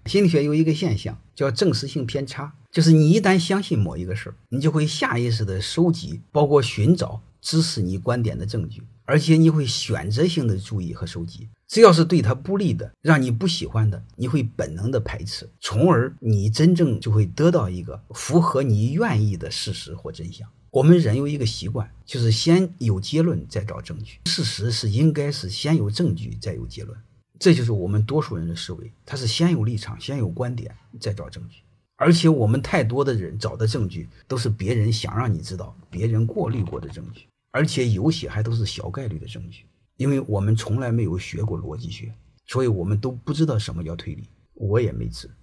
心理学有一个现象叫证实性偏差，就是你一旦相信某一个事儿，你就会下意识的收集，包括寻找支持你观点的证据，而且你会选择性的注意和收集。只要是对它不利的，让你不喜欢的，你会本能的排斥，从而你真正就会得到一个符合你愿意的事实或真相。我们人有一个习惯，就是先有结论再找证据，事实是应该是先有证据再有结论。这就是我们多数人的思维，他是先有立场，先有观点，再找证据。而且我们太多的人找的证据都是别人想让你知道，别人过滤过的证据，而且有些还都是小概率的证据。因为我们从来没有学过逻辑学，所以我们都不知道什么叫推理，我也没治。